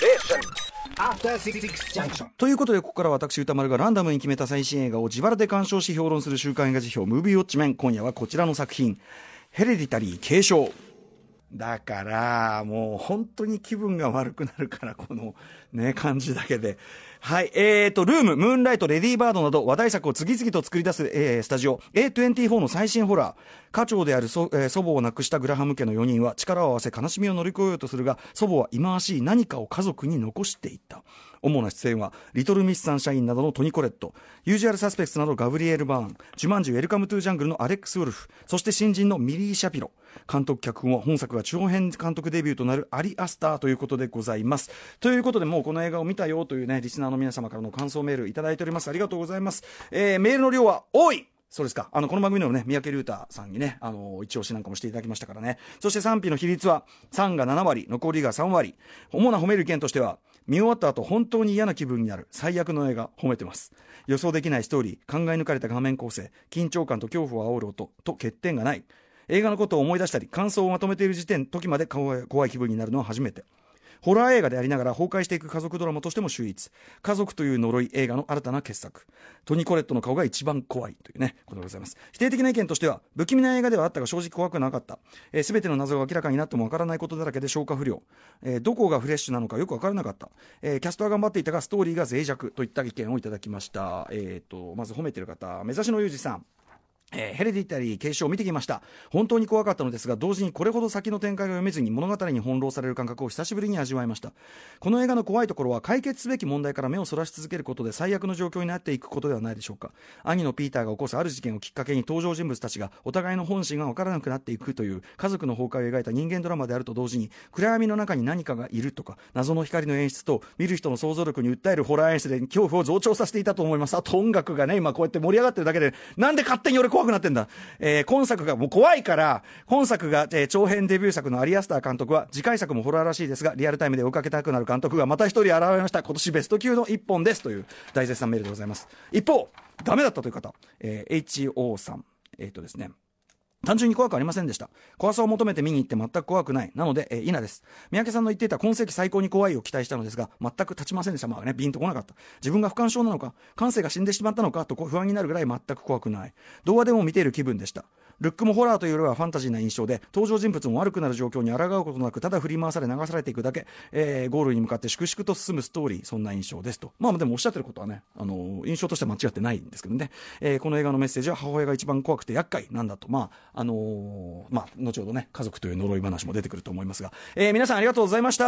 ということで、ここからは私歌丸がランダムに決めた最新映画を自腹で鑑賞し評論する週刊映画辞表ムービーウォッチメン。今夜はこちらの作品、ヘレディタリー継承。だからもう本当に気分が悪くなるから、このね感じだけで。はい、ルーム、ムーンライト、レディーバードなど話題作を次々と作り出す、スタジオ A24 の最新ホラー。家長である祖母を亡くしたグラハム家の4人は力を合わせ悲しみを乗り越えようとするが、祖母は忌まわしい何かを家族に残していた。主な出演はリトルミスサンシャインなどのトニ・コレット、ユージュアルサスペクツなどガブリエル・バーン、ジュマンジウェルカムトゥージャングルのアレックス・ウルフ、そして新人のミリー・シャピロ。監督脚本は本作が長編監督デビューとなるアリ・アスターということでございます。ということで、もうこの映画を見たよというねリスナーの皆様からの感想メールいただいております。ありがとうございます。メールの量は多い。そうですか。この番組でもね、三宅龍太さんにね、一押しなんかもしていただきましたからね。そして賛否の比率は3が7割、残りが3割。主な褒める意見としては、見終わった後本当に嫌な気分になる最悪の映画、褒めてます。予想できないストーリー、考え抜かれた画面構成、緊張感と恐怖を煽る音と欠点がない。映画のことを思い出したり感想をまとめている時まで怖い気分になるのは初めて。ホラー映画でありながら崩壊していく家族ドラマとしても秀逸。家族という呪い映画の新たな傑作。トニ・コレットの顔が一番怖いというねことでございます。否定的な意見としては、不気味な映画ではあったが正直怖くなかった。全ての謎が明らかになってもわからないことだらけで消化不良。どこがフレッシュなのかよくわからなかった。キャストは頑張っていたがストーリーが脆弱といった意見をいただきました。まず褒めてる方、目指しのユージさん。ヘレディタリー継承を見てきました。本当に怖かったのですが、同時にこれほど先の展開が読めずに物語に翻弄される感覚を久しぶりに味わいました。この映画の怖いところは、解決すべき問題から目をそらし続けることで最悪の状況になっていくことではないでしょうか。兄のピーターが起こすある事件をきっかけに登場人物たちがお互いの本心が分からなくなっていくという家族の崩壊を描いた人間ドラマであると同時に、暗闇の中に何かがいるとか謎の光の演出と見る人の想像力に訴えるホラー演出で恐怖を増長させていたと思います。あと音楽がね、今こうやって盛り上がってるだけで、なんで勝手に俺怖くなってんだ。今作がもう怖いから、本作が、長編デビュー作のアリアスター監督は次回作もホラーらしいですが、リアルタイムで追いかけたくなる監督がまた一人現れました。今年ベスト級の一本ですという大絶賛メールでございます。一方、ダメだったという方、HO さん、ですね、単純に怖くありませんでした。怖さを求めて見に行って全く怖くない。なので、稲です。三宅さんの言っていた今世紀最高に怖いを期待したのですが、全く立ちませんでした。まあね、ビンとこなかった。自分が不干渉なのか、感性が死んでしまったのかと不安になるぐらい全く怖くない。動画でも見ている気分でした。ルックもホラーというよりはファンタジーな印象で、登場人物も悪くなる状況に抗うことなく、ただ振り回され流されていくだけ、ゴールに向かって粛々と進むストーリー、そんな印象ですと。まあでもおっしゃってることはね、印象としては間違ってないんですけどね。この映画のメッセージは、母親が一番怖くて厄介なんだと。後ほどね、家族という呪い話も出てくると思いますが、皆さんありがとうございました。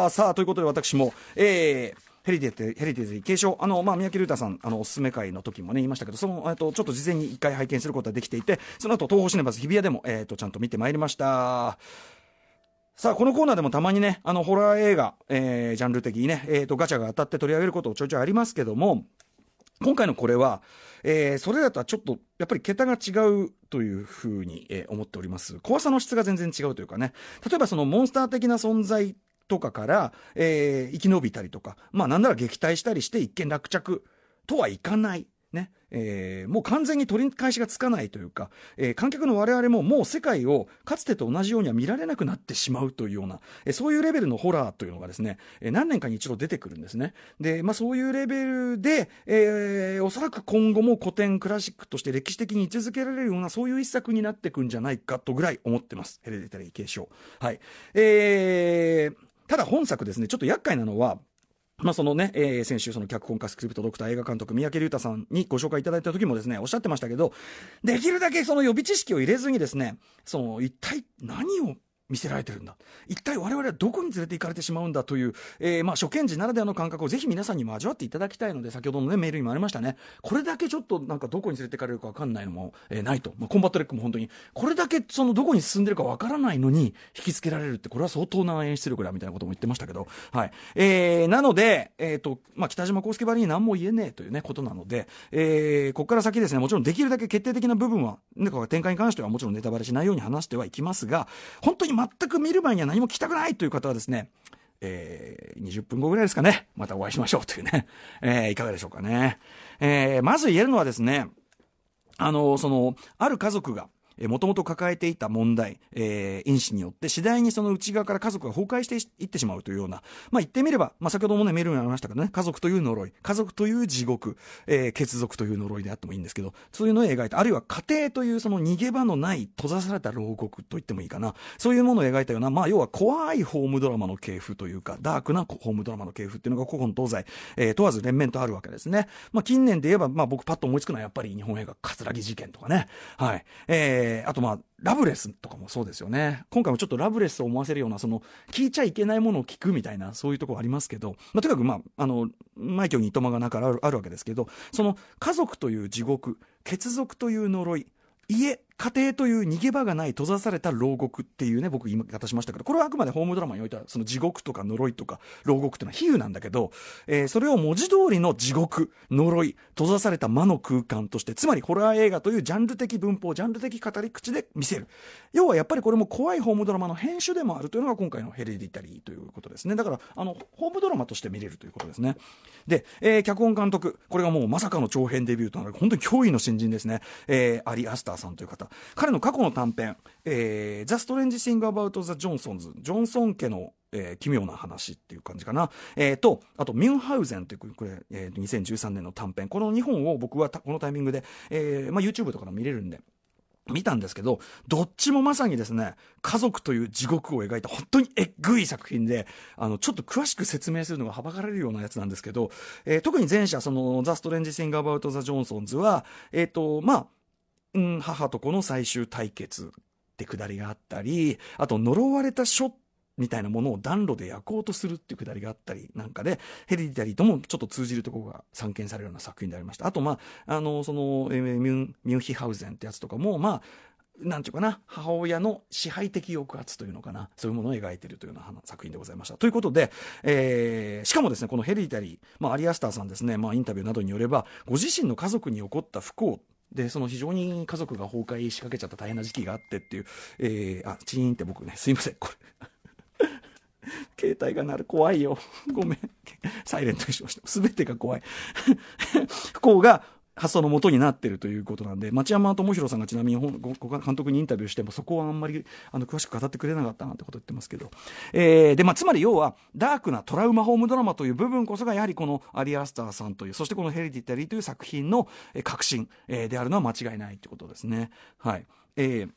さあ、ということで私も、ヘリティズ継承、三宅龍太さん、おすすめ会の時もね言いましたけど、そのちょっと事前に一回拝見することができていて、その後東宝シネマズ日比谷でもちゃんと見てまいりました。さあ、このコーナーでもたまにね、ホラー映画、ジャンル的にね、ガチャが当たって取り上げることをちょいちょいありますけども、今回のこれは、それだとはちょっとやっぱり桁が違うというふうに、思っております。怖さの質が全然違うというかね、例えばそのモンスター的な存在とかから、生き延びたりとか、なんなら撃退したりして一見落着とはいかないね。もう完全に取り返しがつかないというか、観客の我々ももう世界をかつてと同じようには見られなくなってしまうというような、そういうレベルのホラーというのがですね、何年かに一度出てくるんですね。で、そういうレベルで、おそらく今後も古典クラシックとして歴史的に位置づけられるような、そういう一作になっていくんじゃないかとぐらい思ってます。ヘレディタリー継承。はい。ただ本作ですね、ちょっと厄介なのは、そのね、先週その脚本家スクリプトドクター映画監督三宅龍太さんにご紹介いただいた時もですね、おっしゃってましたけど、できるだけその予備知識を入れずにですね、その一体何を見せられてるんだ、一体我々はどこに連れて行かれてしまうんだという、初見時ならではの感覚をぜひ皆さんにも味わっていただきたいので、先ほどのねメールにもありましたね、これだけちょっとなんかどこに連れて行かれるか分かんないのも、ないと、コンバットレックも本当にこれだけそのどこに進んでるか分からないのに引きつけられるって、これは相当な演出力だみたいなことも言ってましたけど、はい。なので、北島康介ばりに何も言えねえというねことなので、ここから先ですね、もちろんできるだけ決定的な部分は、展開に関してはもちろんネタバレしないように話してはいきますが、本当に全く見る前には何も聞きたくないという方はですね、20分後ぐらいですかね、またお会いしましょうというね、いかがでしょうかね。まず言えるのはですね、ある家族がもともと抱えていた問題、因子によって次第にその内側から家族が崩壊していってしまうというような、言ってみれば、先ほどもねメールにありましたけどね、家族という呪い、家族という地獄、血族という呪いであってもいいんですけど、そういうのを描いた、あるいは家庭というその逃げ場のない閉ざされた牢獄と言ってもいいかな、そういうものを描いたような、要は怖いホームドラマの系譜というか、ダークなホームドラマの系譜っていうのが古今東西、問わず連綿とあるわけですね。近年で言えば、僕パッと思いつくのはやっぱり日本映画葛城事件とかね、はい、あとラブレスとかもそうですよね。今回もちょっとラブレスを思わせるような、その聞いちゃいけないものを聞くみたいな、そういうところありますけど、とにかく枚挙にいとまがなからあるわけですけど、その家族という地獄、血族という呪い、家庭という逃げ場がない閉ざされた牢獄っていうね、僕言い方しましたけど、これはあくまでホームドラマにおいてはその地獄とか呪いとか牢獄っていうのは比喩なんだけど、それを文字通りの地獄、呪い、閉ざされた魔の空間として、つまりホラー映画というジャンル的文法、ジャンル的語り口で見せる。要はやっぱりこれも怖いホームドラマの編集でもあるというのが今回のヘレディタリーということですね。だからホームドラマとして見れるということですね。で、脚本監督、これがもうまさかの長編デビューとなる本当に驚異の新人ですね。アリ・アスターさんという方、彼の過去の短編、ザ・ストレンジ・シング・アバウト・ザ・ジョンソンズ、ジョンソン家の、奇妙な話っていう感じかな、あとミュンハウゼンというこれ、2013年の短編、この2本を僕はこのタイミングで、YouTube とかでも見れるんで見たんですけど、どっちもまさにですね、家族という地獄を描いた本当にえっぐい作品で、ちょっと詳しく説明するのがはばかられるようなやつなんですけど、特に前者、そのザ・ストレンジ・シング・アバウト・ザ・ジョンソンズは、母と子の最終対決ってくだりがあったり、あと呪われた書みたいなものを暖炉で焼こうとするっていうくだりがあったりなんかで、ヘレディタリーともちょっと通じるところが散見されるような作品でありました。あとミュンヒハウゼンってやつとかもなんていうかな、母親の支配的抑圧というのかな、そういうものを描いているというような作品でございました。ということで、しかもですね、このヘレディタリー、アリアスターさんですね、インタビューなどによれば、ご自身の家族に起こった不幸で、その非常に家族が崩壊しかけちゃった大変な時期があってっていう、チーンって僕ね、すいません、これ携帯が鳴る、怖いよ、ごめん、サイレントにしました。全てが怖い不幸が発想の元になっているということなんで、町山智博さんがちなみに監督にインタビューしても、そこはあんまり詳しく語ってくれなかったなってことを言ってますけど、つまり要はダークなトラウマホームドラマという部分こそがやはりこのアリアスターさんという、そしてこのヘレディタリーという作品の革新、であるのは間違いないということですね。はい。で、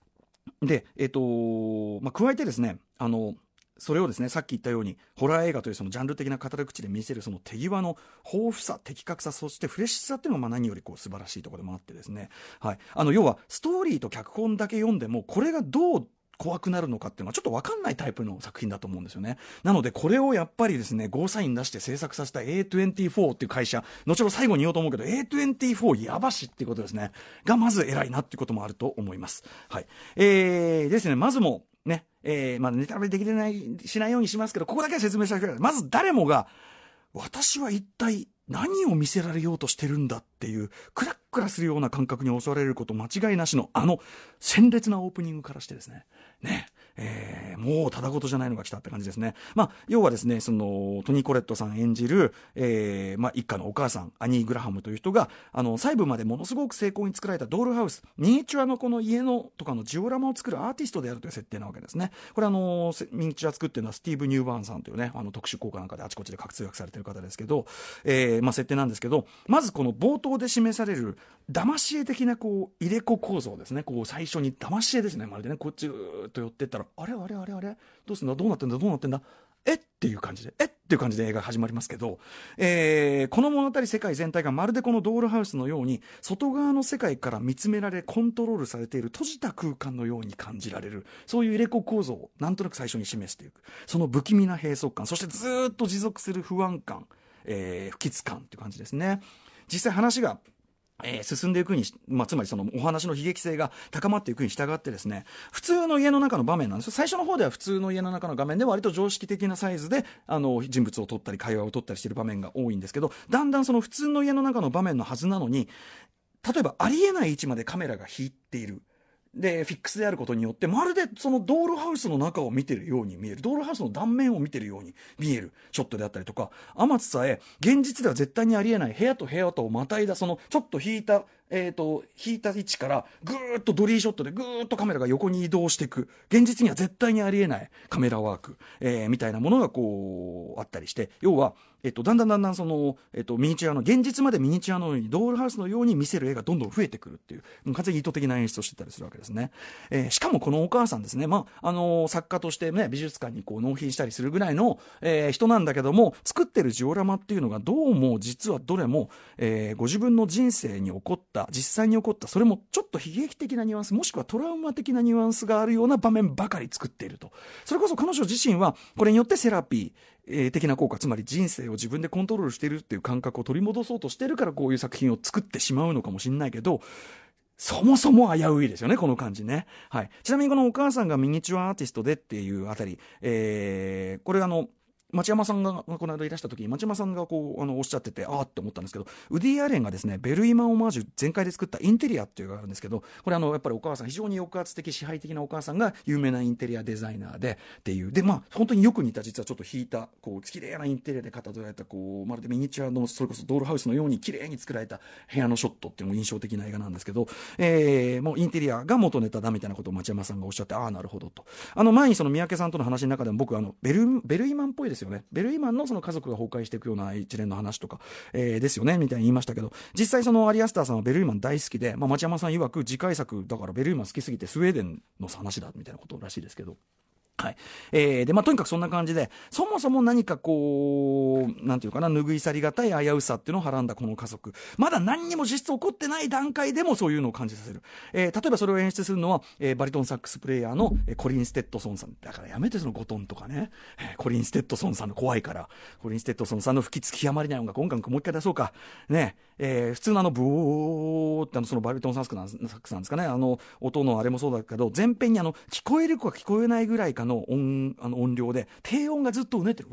加えてですね、それをですね、さっき言ったようにホラー映画というそのジャンル的な語り口で見せるその手際の豊富さ、的確さ、そしてフレッシュさっていうのが何より素晴らしいところでもあってですね、はい、要はストーリーと脚本だけ読んでもこれがどう怖くなるのかっていうのはちょっと分かんないタイプの作品だと思うんですよね。なのでこれをやっぱりですね、ゴーサイン出して制作させた A24 っていう会社、後ほど最後に言おうと思うけど A24 やばしっていうことですね、がまず偉いなっていうこともあると思います。はい。ですね、まずもね、ネタバレできないしないようにしますけど、ここだけは説明したいけど、まず誰もが私は一体何を見せられようとしてるんだっていうクラックラするような感覚に襲われること間違いなしの鮮烈なオープニングからしてですね、もうただごとじゃないのが来たって感じですね。要はですね、そのトニー・コレットさん演じる、一家のお母さんアニー・グラハムという人が細部までものすごく精巧に作られたドールハウス、ミニチュアのこの家のとかのジオラマを作るアーティストであるという設定なわけですね。これミニチュア作ってるのはスティーブ・ニューバーンさんというね、特殊効果なんかであちこちで活躍されてる方ですけど、設定なんですけど、まずこの冒頭で示される騙し絵的な入れ子構造ですね。最初に騙し絵ですね。まるでね、こっちずーっと寄ってったら、あれどうすんだ、どうなってんだっていう感じで映画始まりますけど、この物語世界全体がまるでこのドールハウスのように外側の世界から見つめられコントロールされている閉じた空間のように感じられる、そういう入れ子構造をなんとなく最初に示していく、その不気味な閉塞感、そしてずーっと持続する不安感、不吉感という感じですね。実際話が進んでいくに、つまりそのお話の悲劇性が高まっていくに従ってですね、普通の家の中の場面なんですよ。最初の方では普通の家の中の画面で割と常識的なサイズで人物を撮ったり会話を撮ったりしている場面が多いんですけど、だんだんその普通の家の中の場面のはずなのに、例えばありえない位置までカメラが引いている、でフィックスであることによってまるでそのドールハウスの中を見てるように見える、ドールハウスの断面を見てるように見えるショットであったりとか、あまつさえ現実では絶対にありえない部屋と部屋とをまたいだそのちょっと引いた引いた位置からぐーっとドリーショットでぐーっとカメラが横に移動していく、現実には絶対にありえないカメラワーク、みたいなものがこうあったりして、要はだんだんその、ミニチュアの、現実までミニチュアのように、ドールハウスのように見せる絵がどんどん増えてくるっていう、完全に意図的な演出をしてたりするわけですね。しかもこのお母さんですね、作家としてね、美術館にこう納品したりするぐらいの、人なんだけども、作ってるジオラマっていうのがどうも実はどれも、ご自分の人生に起こった、実際に起こった、それもちょっと悲劇的なニュアンス、もしくはトラウマ的なニュアンスがあるような場面ばかり作っていると。それこそ彼女自身は、これによってセラピー、的な効果、つまり人生を自分でコントロールしているっていう感覚を取り戻そうとしてるからこういう作品を作ってしまうのかもしれないけど、そもそも危ういですよね、この感じね。はい。ちなみにこのお母さんがミニチュアアーティストでっていうあたり、これ町山さんがこの間いらした時に町山さんがこうおっしゃっててって思ったんですけど、ウディ・アレンがですねベルイマンオマージュ全開で作ったインテリアっていうのがあるんですけど、これやっぱりお母さん非常に抑圧的支配的なお母さんが有名なインテリアデザイナーでっていうで、本当によく似た実はちょっと引いたこう綺麗なインテリアでかたどられたこうまるでミニチュアのそれこそドールハウスのように綺麗に作られた部屋のショットっていうのも印象的な映画なんですけど、もうインテリアが元ネタだみたいなことを町山さんがおっしゃって、なるほどと。前にその三宅さんとの話の中でも僕ベルイマンっぽいですよね。ベルイマンのその家族が崩壊していくような一連の話とか、ですよねみたいに言いましたけど、実際そのアリアスターさんはベルイマン大好きで、町山さん曰く次回作だからベルイマン好きすぎてスウェーデンの話だみたいなことらしいですけど、はい。で、とにかくそんな感じで、そもそも何かこう、なんていうかな、拭い去りがたい危うさっていうのをはらんだこの家族。まだ何にも実質起こってない段階でもそういうのを感じさせる。例えばそれを演出するのは、バリトンサックスプレイヤーの、コリン・ステッドソンさん。だからやめてそのゴトンとかね。コリン・ステッドソンさんの怖いから。コリン・ステッドソンさんの吹き付きあまりない音楽もう一回出そうか。ね。普通のブオーってそのバリトンサックスなんですかね。音のあれもそうだけど、前編に聞こえるか聞こえないぐらいかの音量で低音がずっとうねってる、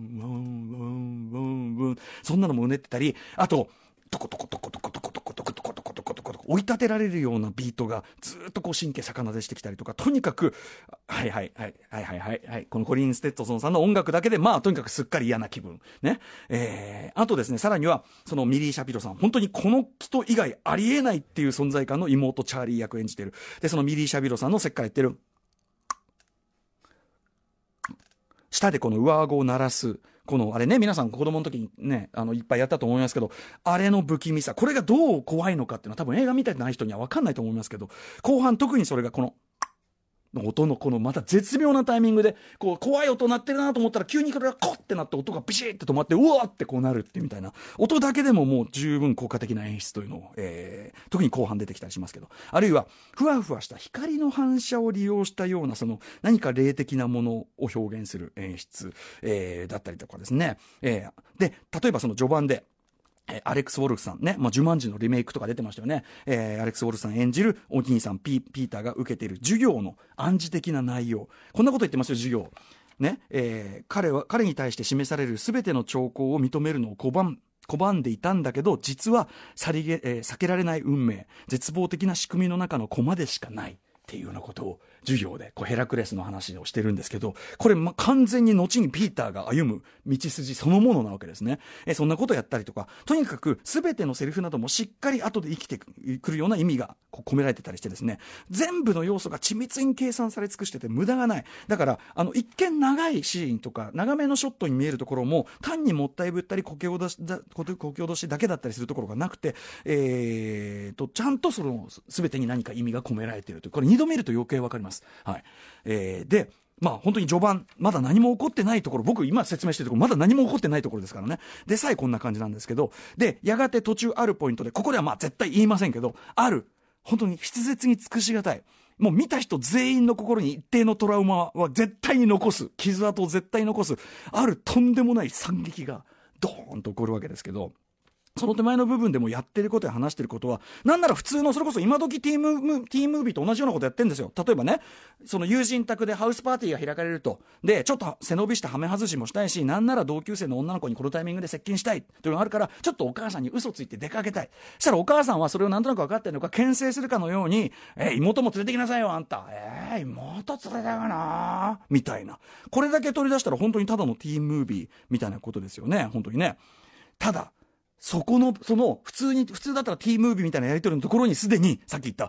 そんなのもうねってたり、あとトコトコトコトコトコトコトコトコトコトコトコトコ追い立てられるようなビートがずっとこう神経逆なでしてきたりとか、とにかくこのコリン・ステッドソンさんの音楽だけでとにかくすっかり嫌な気分ね。あとですね、さらにはそのミリー・シャピロさん、本当にこの人以外ありえないっていう存在感の妹チャーリー役演じてる。でそのミリー・シャピロさんのせっから言ってる舌でこの上顎を鳴らす、このあれね、皆さん子供の時にねいっぱいやったと思いますけど、あれの不気味さ、これがどう怖いのかっていうのは多分映画見てない人には分かんないと思いますけど、後半特にそれがこの音のこのまた絶妙なタイミングでこう怖い音鳴ってるなと思ったら急にこれがコッってなって音がビシッって止まってうわーってこうなるってみたいな音だけでももう十分効果的な演出というのを、特に後半出てきたりしますけど、あるいはふわふわした光の反射を利用したようなその何か霊的なものを表現する演出、だったりとかですね、で例えばその序盤でアレックス・ウォルフさんね、ジュマンジのリメイクとか出てましたよね。アレックス・ウォルフさん演じるお兄さんピーターが受けている授業の暗示的な内容。こんなこと言ってますよ、授業。ね、彼に対して示される全ての兆候を認めるのを拒んでいたんだけど、実は避けられない運命、絶望的な仕組みの中のコマでしかないっていうようなことを授業でヘラクレスの話をしてるんですけど、これ完全に後にピーターが歩む道筋そのものなわけですね。そんなことをやったりとか、とにかく全てのセリフなどもしっかり後で生きてくるような意味が込められてたりしてですね、全部の要素が緻密に計算され尽くしてて無駄がない。だから一見長いシーンとか長めのショットに見えるところも単にもったいぶったりこけ落としだけだったりするところがなくて、ちゃんとその全てに何か意味が込められているという、これ2度見ると余計わかります。はい。で本当に序盤まだ何も起こってないところ、僕今説明してるところまだ何も起こってないところですからね。でさえこんな感じなんですけど、でやがて途中あるポイントで、ここでは絶対言いませんけど、ある本当に筆舌に尽くしがたい、もう見た人全員の心に一定のトラウマは絶対に残す、傷跡を絶対に残す、あるとんでもない惨劇がドーンと起こるわけですけど、その手前の部分でもやってることや話してることは、なんなら普通のそれこそ今時ティームービーと同じようなことやってるんですよ。例えばね、その友人宅でハウスパーティーが開かれると、でちょっと背伸びしたハメ外しもしたいし、なんなら同級生の女の子にこのタイミングで接近したいというのがあるから、ちょっとお母さんに嘘ついて出かけたい。そしたらお母さんはそれをなんとなく分かってるのか、牽制するかのように、妹も連れてきなさいよあんた、妹連れてかなみたいな、これだけ取り出したら本当にただのティームービーみたいなことですよね、本当にね。ただその普通だったら T ムービーみたいなやり取りのところにすでにさっき言った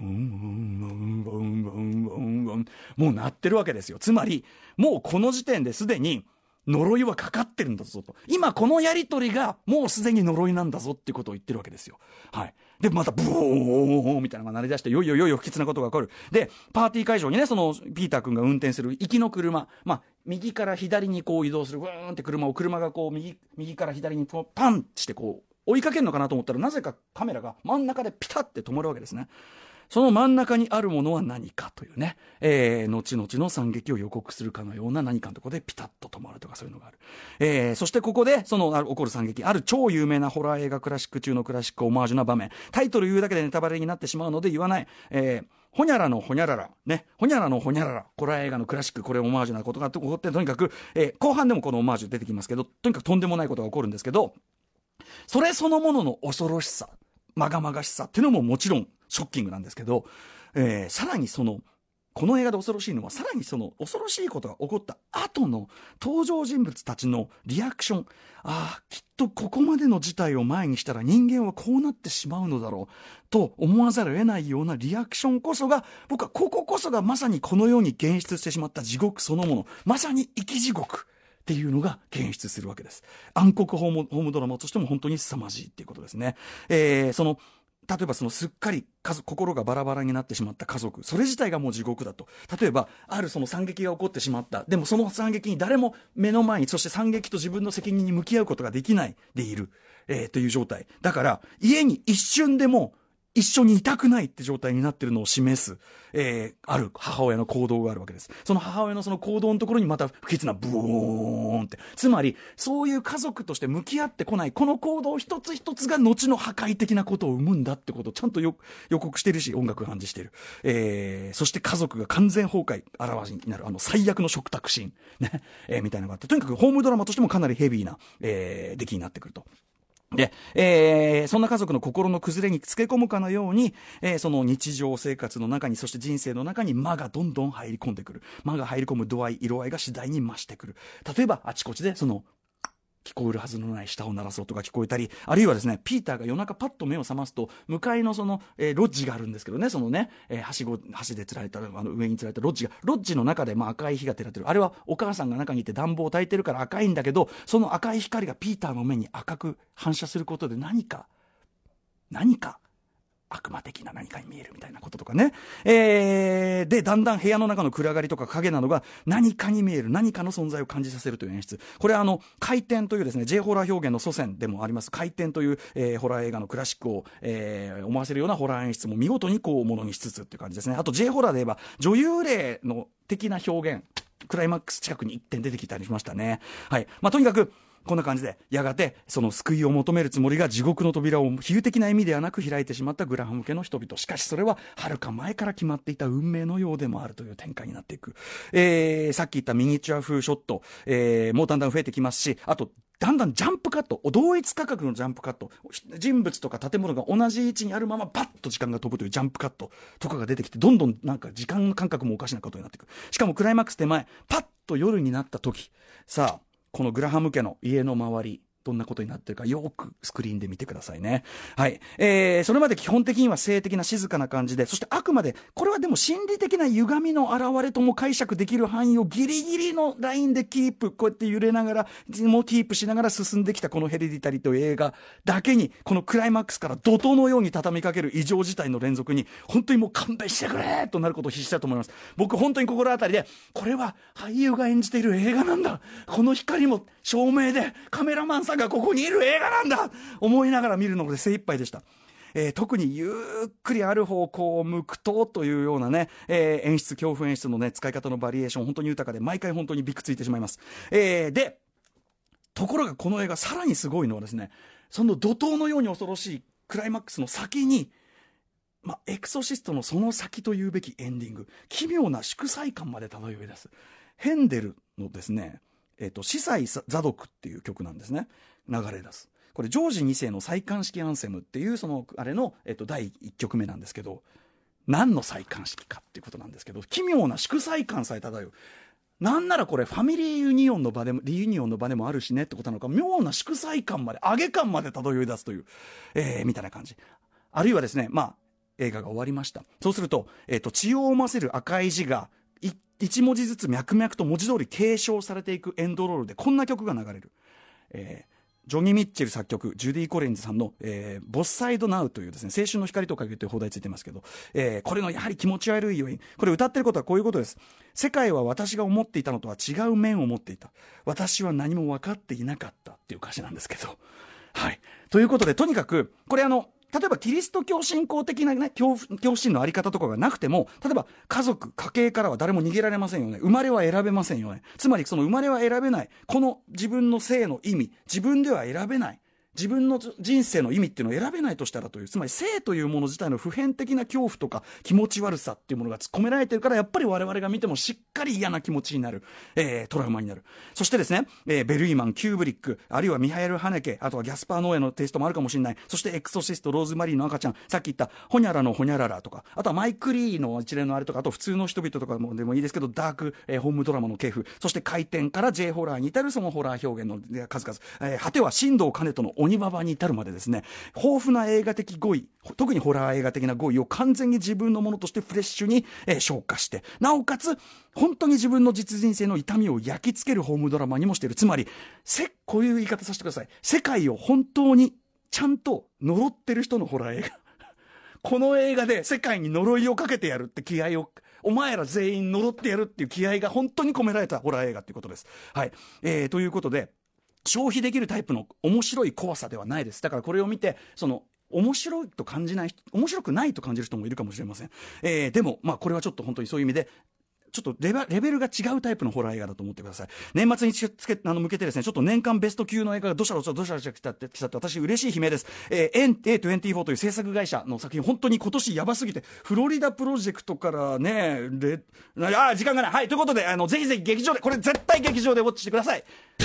もう鳴ってるわけですよ。つまりもうこの時点ですでに呪いはかかってるんだぞと、今このやり取りがもうすでに呪いなんだぞっていうことを言ってるわけですよ。はい。でまたブーンみたいなのが鳴り出して、いよいよ不吉なことが起こる。でパーティー会場にね、そのピーター君が運転する行きの車、右から左にこう移動するブーンって車がこう右から左にパンしてこう追いかけるのかなと思ったら、なぜかカメラが真ん中でピタッて止まるわけですね。その真ん中にあるものは何かというね、後々の惨劇を予告するかのような何かのところでピタッと止まるとか、そういうのがある。そしてここでその起こる惨劇、ある超有名なホラー映画クラシック中のクラシックオマージュな場面、タイトル言うだけでネタバレになってしまうので言わない。ホニャラのホニャララね、ホニャラのホニャララ、ホラー映画のクラシック、これオマージュなことが起こって、とにかく、後半でもこのオマージュ出てきますけど、とにかくとんでもないことが起こるんですけど、それそのものの恐ろしさ、まがまがしさっていうのももちろんショッキングなんですけど、さらにこの映画で恐ろしいのは、さらにその恐ろしいことが起こった後の登場人物たちのリアクション、きっとここまでの事態を前にしたら人間はこうなってしまうのだろうと思わざるを得ないようなリアクションこそが、僕はこここそがまさにこのように現出してしまった地獄そのもの、まさに生き地獄っていうのが現出するわけです。暗黒ホームドラマとしても本当に凄まじいっていうことですね。例えばすっかり心がバラバラになってしまった家族、それ自体がもう地獄だと。例えばある惨劇が起こってしまった、でもその惨劇に誰も目の前に、そして惨劇と自分の責任に向き合うことができないでいる、という状態だから、家に一瞬でも一緒にいたくないって状態になってるのを示す、ある母親の行動があるわけです。その母親のその行動のところにまた不吉なブーンって、つまりそういう家族として向き合ってこないこの行動一つ一つが後の破壊的なことを生むんだってことをちゃんと予告してるし、音楽が暗示してる。そして家族が完全崩壊あらわしになる最悪の食卓シーンね、みたいなのがあって、とにかくホームドラマとしてもかなりヘビーな、出来になってくると。で、そんな家族の心の崩れにつけ込むかのように、その日常生活の中に、そして人生の中に魔がどんどん入り込んでくる。魔が入り込む度合い、色合いが次第に増してくる。例えば、あちこちで聞こえるはずのない舌を鳴らす音が聞こえたり、あるいはですね、ピーターが夜中パッと目を覚ますと、向かいのロッジがあるんですけどね、橋で吊られた、上に吊られたロッジの中で赤い火が照らってる。あれはお母さんが中にいて暖房を焚いてるから赤いんだけど、その赤い光がピーターの目に赤く反射することで何か悪魔的な何かに見えるみたいなこととかね。で、だんだん部屋の中の暗がりとか影などが何かに見える、何かの存在を感じさせるという演出。これは回転というですね、J ホラー表現の祖先でもあります、回転という、ホラー映画のクラシックを、思わせるようなホラー演出も見事にものにしつつっていう感じですね。あと J ホラーで言えば、女優霊の的な表現、クライマックス近くに一点出てきたりしましたね。はい。とにかく、こんな感じで、やがてその救いを求めるつもりが地獄の扉を比喩的な意味ではなく開いてしまったグラハム家の人々。しかしそれははるか前から決まっていた運命のようでもあるという展開になっていく。さっき言ったミニチュア風ショット、もうだんだん増えてきますし、あとだんだんジャンプカット、同一価格のジャンプカット、人物とか建物が同じ位置にあるままパッと時間が飛ぶというジャンプカットとかが出てきて、どんどんなんか時間の感覚もおかしなことになっていく。しかもクライマックス手前、パッと夜になった時、さあこのグラハム家の家の周り、どんなことになってるかよくスクリーンで見てくださいね。はい。それまで基本的には静的な静かな感じで、そしてあくまで、これはでも心理的な歪みの現れとも解釈できる範囲をギリギリのラインでキープ、こうやって揺れながら、もうキープしながら進んできたこのヘレディタリーという映画だけに、このクライマックスから怒涛のように畳みかける異常事態の連続に、本当にもう勘弁してくれとなることを必死だと思います。僕本当に心当たりで、これは俳優が演じている映画なんだ。この光も照明でカメラマンさんがここにいる映画なんだ思いながら見るので精一杯でした。特にゆっくりある方向を向くというようなね、演出、恐怖演出のね、使い方のバリエーション本当に豊かで、毎回本当にびくついてしまいます。で、ところがこの映画さらにすごいのはですね、その怒涛のように恐ろしいクライマックスの先に、エクソシストのその先というべきエンディング、奇妙な祝祭感まで漂い出す。ヘンデルのですね、司祭ザドクっていう曲なんですね。流れ出す。これジョージ2世の再冠式アンセムっていうあれの、第1曲目なんですけど、何の再冠式かっていうことなんですけど、奇妙な祝祭感さえ漂う。 なんならこれファミリーユニオンの場でもリユニオンの場でもあるしねってことなのか、妙な祝祭感まで上げ感まで漂い出すという、みたいな感じ。あるいはですね、まあ映画が終わりました。そうすると、血を思わせる赤い字が一文字ずつ脈々と文字通り継承されていくエンドロールでこんな曲が流れる。ジョニー・ミッチェル作曲、ジュディ・コリンズさんの、ボスサイド・ナウというですね、青春の光とか言って放題ついてますけど、これのやはり気持ち悪い要因、これ歌ってることはこういうことです。世界は私が思っていたのとは違う面を持っていた。私は何も分かっていなかったっていう歌詞なんですけど。はい。ということで、とにかく、これ例えばキリスト教信仰的なね、恐怖心のあり方とかがなくても、例えば家族、家計からは誰も逃げられませんよね。生まれは選べませんよね。つまりその生まれは選べない、この自分の生の意味、自分では選べない。自分の人生の意味っていうのを選べないとしたらという、つまり生というもの自体の普遍的な恐怖とか気持ち悪さっていうものが込められてるから、やっぱり我々が見てもしっかり嫌な気持ちになる、トラウマになる。そしてですね、ベルイマン、キューブリック、あるいはミハエル・ハネケ、あとはギャスパー・ノーエのテイストもあるかもしれない。そしてエクソシスト、ローズマリーの赤ちゃん、さっき言ったホニャラのホニャララとか、あとはマイク・リーの一連のあれとか、あと普通の人々とかもでもいいですけど、ダーク、ホームドラマの系譜、そして回転から J ホラーに至るそのホラー表現の数々、果ては新藤兼人の鬼ババに至るまでですね、豊富な映画的語彙、特にホラー映画的な語彙を完全に自分のものとしてフレッシュに、消化して、なおかつ本当に自分の実人生の痛みを焼き付けるホームドラマにもしている。つまりこういう言い方させてください。世界を本当にちゃんと呪ってる人のホラー映画この映画で世界に呪いをかけてやるって気合を、お前ら全員呪ってやるっていう気合が本当に込められたホラー映画っていうことです。はい、ということで、消費できるタイプの面白い怖さではないです。だからこれを見て面白いと感じない人、面白くないと感じる人もいるかもしれません。でもまあこれはちょっと本当にそういう意味でちょっとレベルが違うタイプのホラー映画だと思ってください。年末に向けてですね、ちょっと年間ベスト級の映画がどしゃどしゃ来たって私嬉しい悲鳴です。A24 という制作会社の作品、本当に今年やばすぎて、フロリダプロジェクトからね、時間がない。はい、ということで、ぜひぜひ劇場で、これ絶対劇場でウォッチしてください。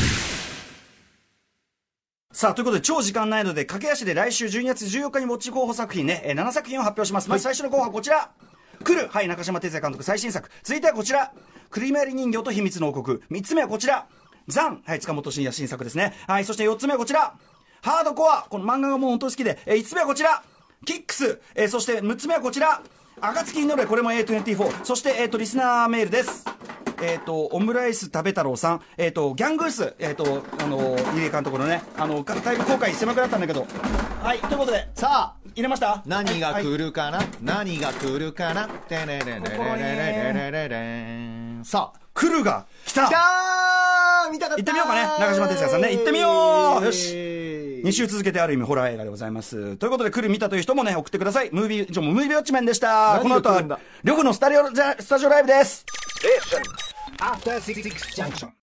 さあ、ということで超時間ないので、駆け足で来週12月14日にウォッチ候補作品ね、7作品を発表します。まず最初の候補はこちら。来る、はい、中島哲也監督最新作。続いてはこちら、クリメリ人形と秘密の王国。3つ目はこちら、ザン、はい、塚本慎也新作ですね。はい、そして4つ目はこちら、ハードコア、この漫画がもう本当に好きで、5つ目はこちら、キックス、そして6つ目はこちら、暁に乗れ、これも A24。そして、リスナーメールです。オムライス食べ太郎さん、ギャングース、入江監督のね、だいぶ後悔狭くなったんだけど、はい、ということで、 さあ、 入れました。 何が来るかな、何が来るかな、てれれれれれれれれ。さあ、 来るが来た。 来たー、見たかったー。 行ってみようかね、中島哲也さんね、行ってみよう。よし。2週続けてある意味ホラー映画でございます。ということで、来る見たという人もね、送ってください。ムービーウォッチメンでした。この後は、緑のスタジオライブです。 After 66 junction.